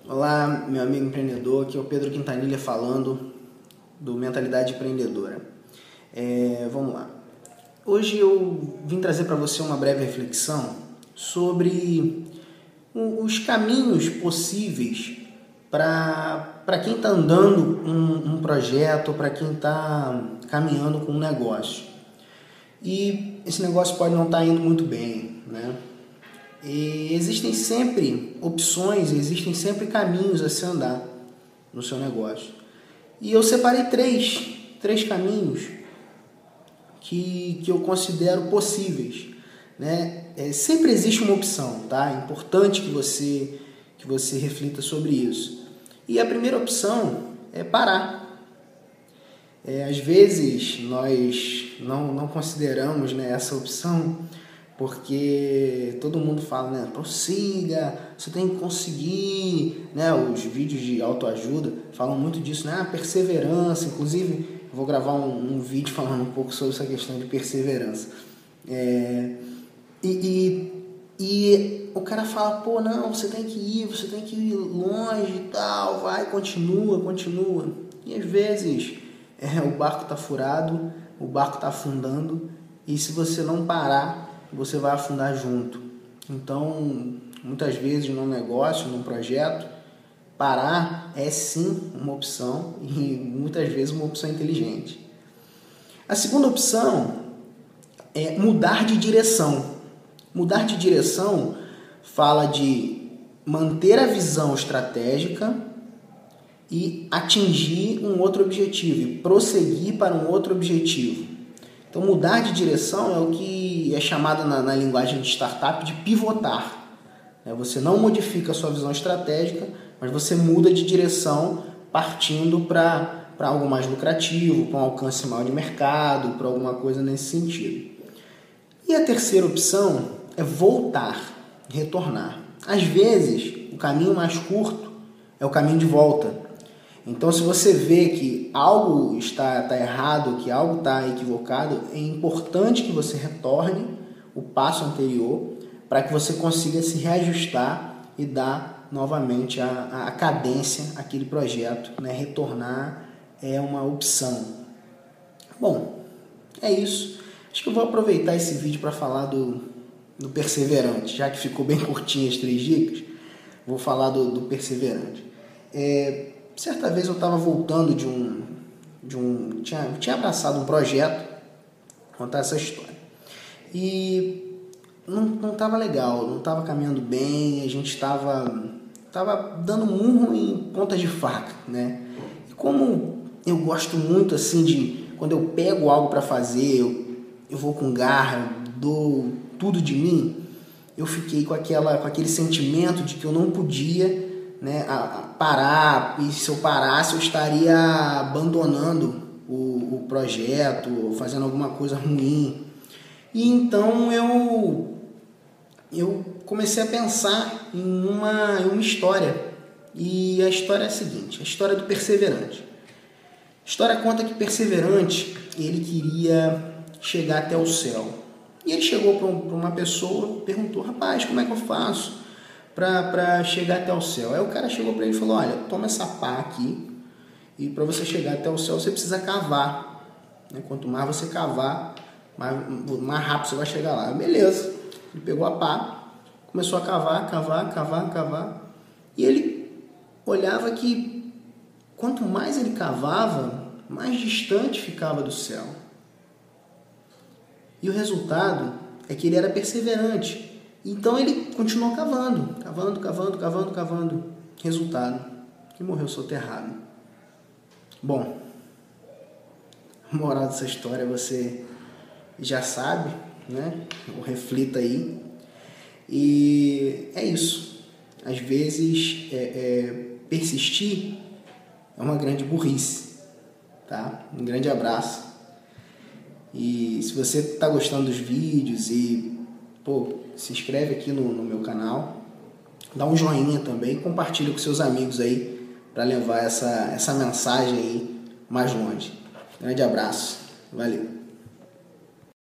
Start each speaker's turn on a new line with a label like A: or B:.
A: Olá, meu amigo empreendedor, aqui é o Pedro Quintanilha falando do Mentalidade Empreendedora. Vamos lá. Hoje eu vim trazer para você uma breve reflexão sobre os caminhos possíveis para quem está andando um projeto, para quem está caminhando com um negócio. E esse negócio pode não estar indo muito bem, né? E existem sempre opções, existem sempre caminhos a se andar no seu negócio. E eu separei três caminhos que eu considero possíveis, né? Sempre existe uma opção, tá? É importante que você reflita sobre isso. E a primeira opção é parar. Às vezes nós não consideramos, né, essa opção, porque todo mundo fala, né, prossiga, você tem que conseguir, né, os vídeos de autoajuda falam muito disso, né, perseverança. Inclusive eu vou gravar um vídeo falando um pouco sobre essa questão de perseverança. E o cara fala, pô, não, você tem que ir longe e tal, vai, continua. E às vezes o barco está furado, o barco está afundando, e se você não parar, você vai afundar junto. Então, muitas vezes num negócio, num projeto, parar é sim uma opção, e muitas vezes uma opção inteligente. A segunda opção é mudar de direção. Mudar de direção fala de manter a visão estratégica e atingir um outro objetivo, e prosseguir para um outro objetivo. Então, mudar de direção é o que é chamado na linguagem de startup de pivotar. Você não modifica a sua visão estratégica, mas você muda de direção partindo para algo mais lucrativo, para um alcance maior de mercado, para alguma coisa nesse sentido. E a terceira opção é voltar, retornar. Às vezes, o caminho mais curto é o caminho de volta. Então, se você vê que algo está errado, que algo está equivocado, é importante que você retorne o passo anterior para que você consiga se reajustar e dar novamente a cadência àquele projeto, né? Retornar é uma opção. Bom, é isso. Acho que eu vou aproveitar esse vídeo para falar do perseverante, já que ficou bem curtinho as 3 dicas, vou falar do perseverante. Certa vez eu estava voltando tinha abraçado um projeto, vou contar essa história, e não estava legal, não estava caminhando bem, a gente estava dando murro em pontas de faca, né? E como eu gosto muito assim de, quando eu pego algo para fazer, eu vou com garra, dou tudo de mim, eu fiquei com aquele sentimento de que eu não podia, né, parar, e se eu parasse eu estaria abandonando o projeto, fazendo alguma coisa ruim. E então eu comecei a pensar em uma história, e a história é a seguinte: a história do perseverante. A história conta que perseverante, ele queria chegar até o céu, e ele chegou para uma pessoa, perguntou, rapaz, como é que eu faço para chegar até o céu? Aí o cara chegou para ele e falou, olha, toma essa pá aqui, e para você chegar até o céu você precisa cavar, né? Quanto mais você cavar, mais rápido você vai chegar lá. Beleza, ele pegou a pá, começou a cavar, e ele olhava que quanto mais ele cavava, mais distante ficava do céu. E o resultado é que ele era perseverante. Então ele continuou cavando. Resultado, ele morreu soterrado. Bom, a moral dessa história você já sabe, né? Reflita aí. E é isso. Às vezes persistir é uma grande burrice, tá? Um grande abraço. E se você está gostando dos vídeos se inscreve aqui no meu canal, dá um joinha também, compartilha com seus amigos aí para levar essa mensagem aí mais longe. Grande abraço, valeu!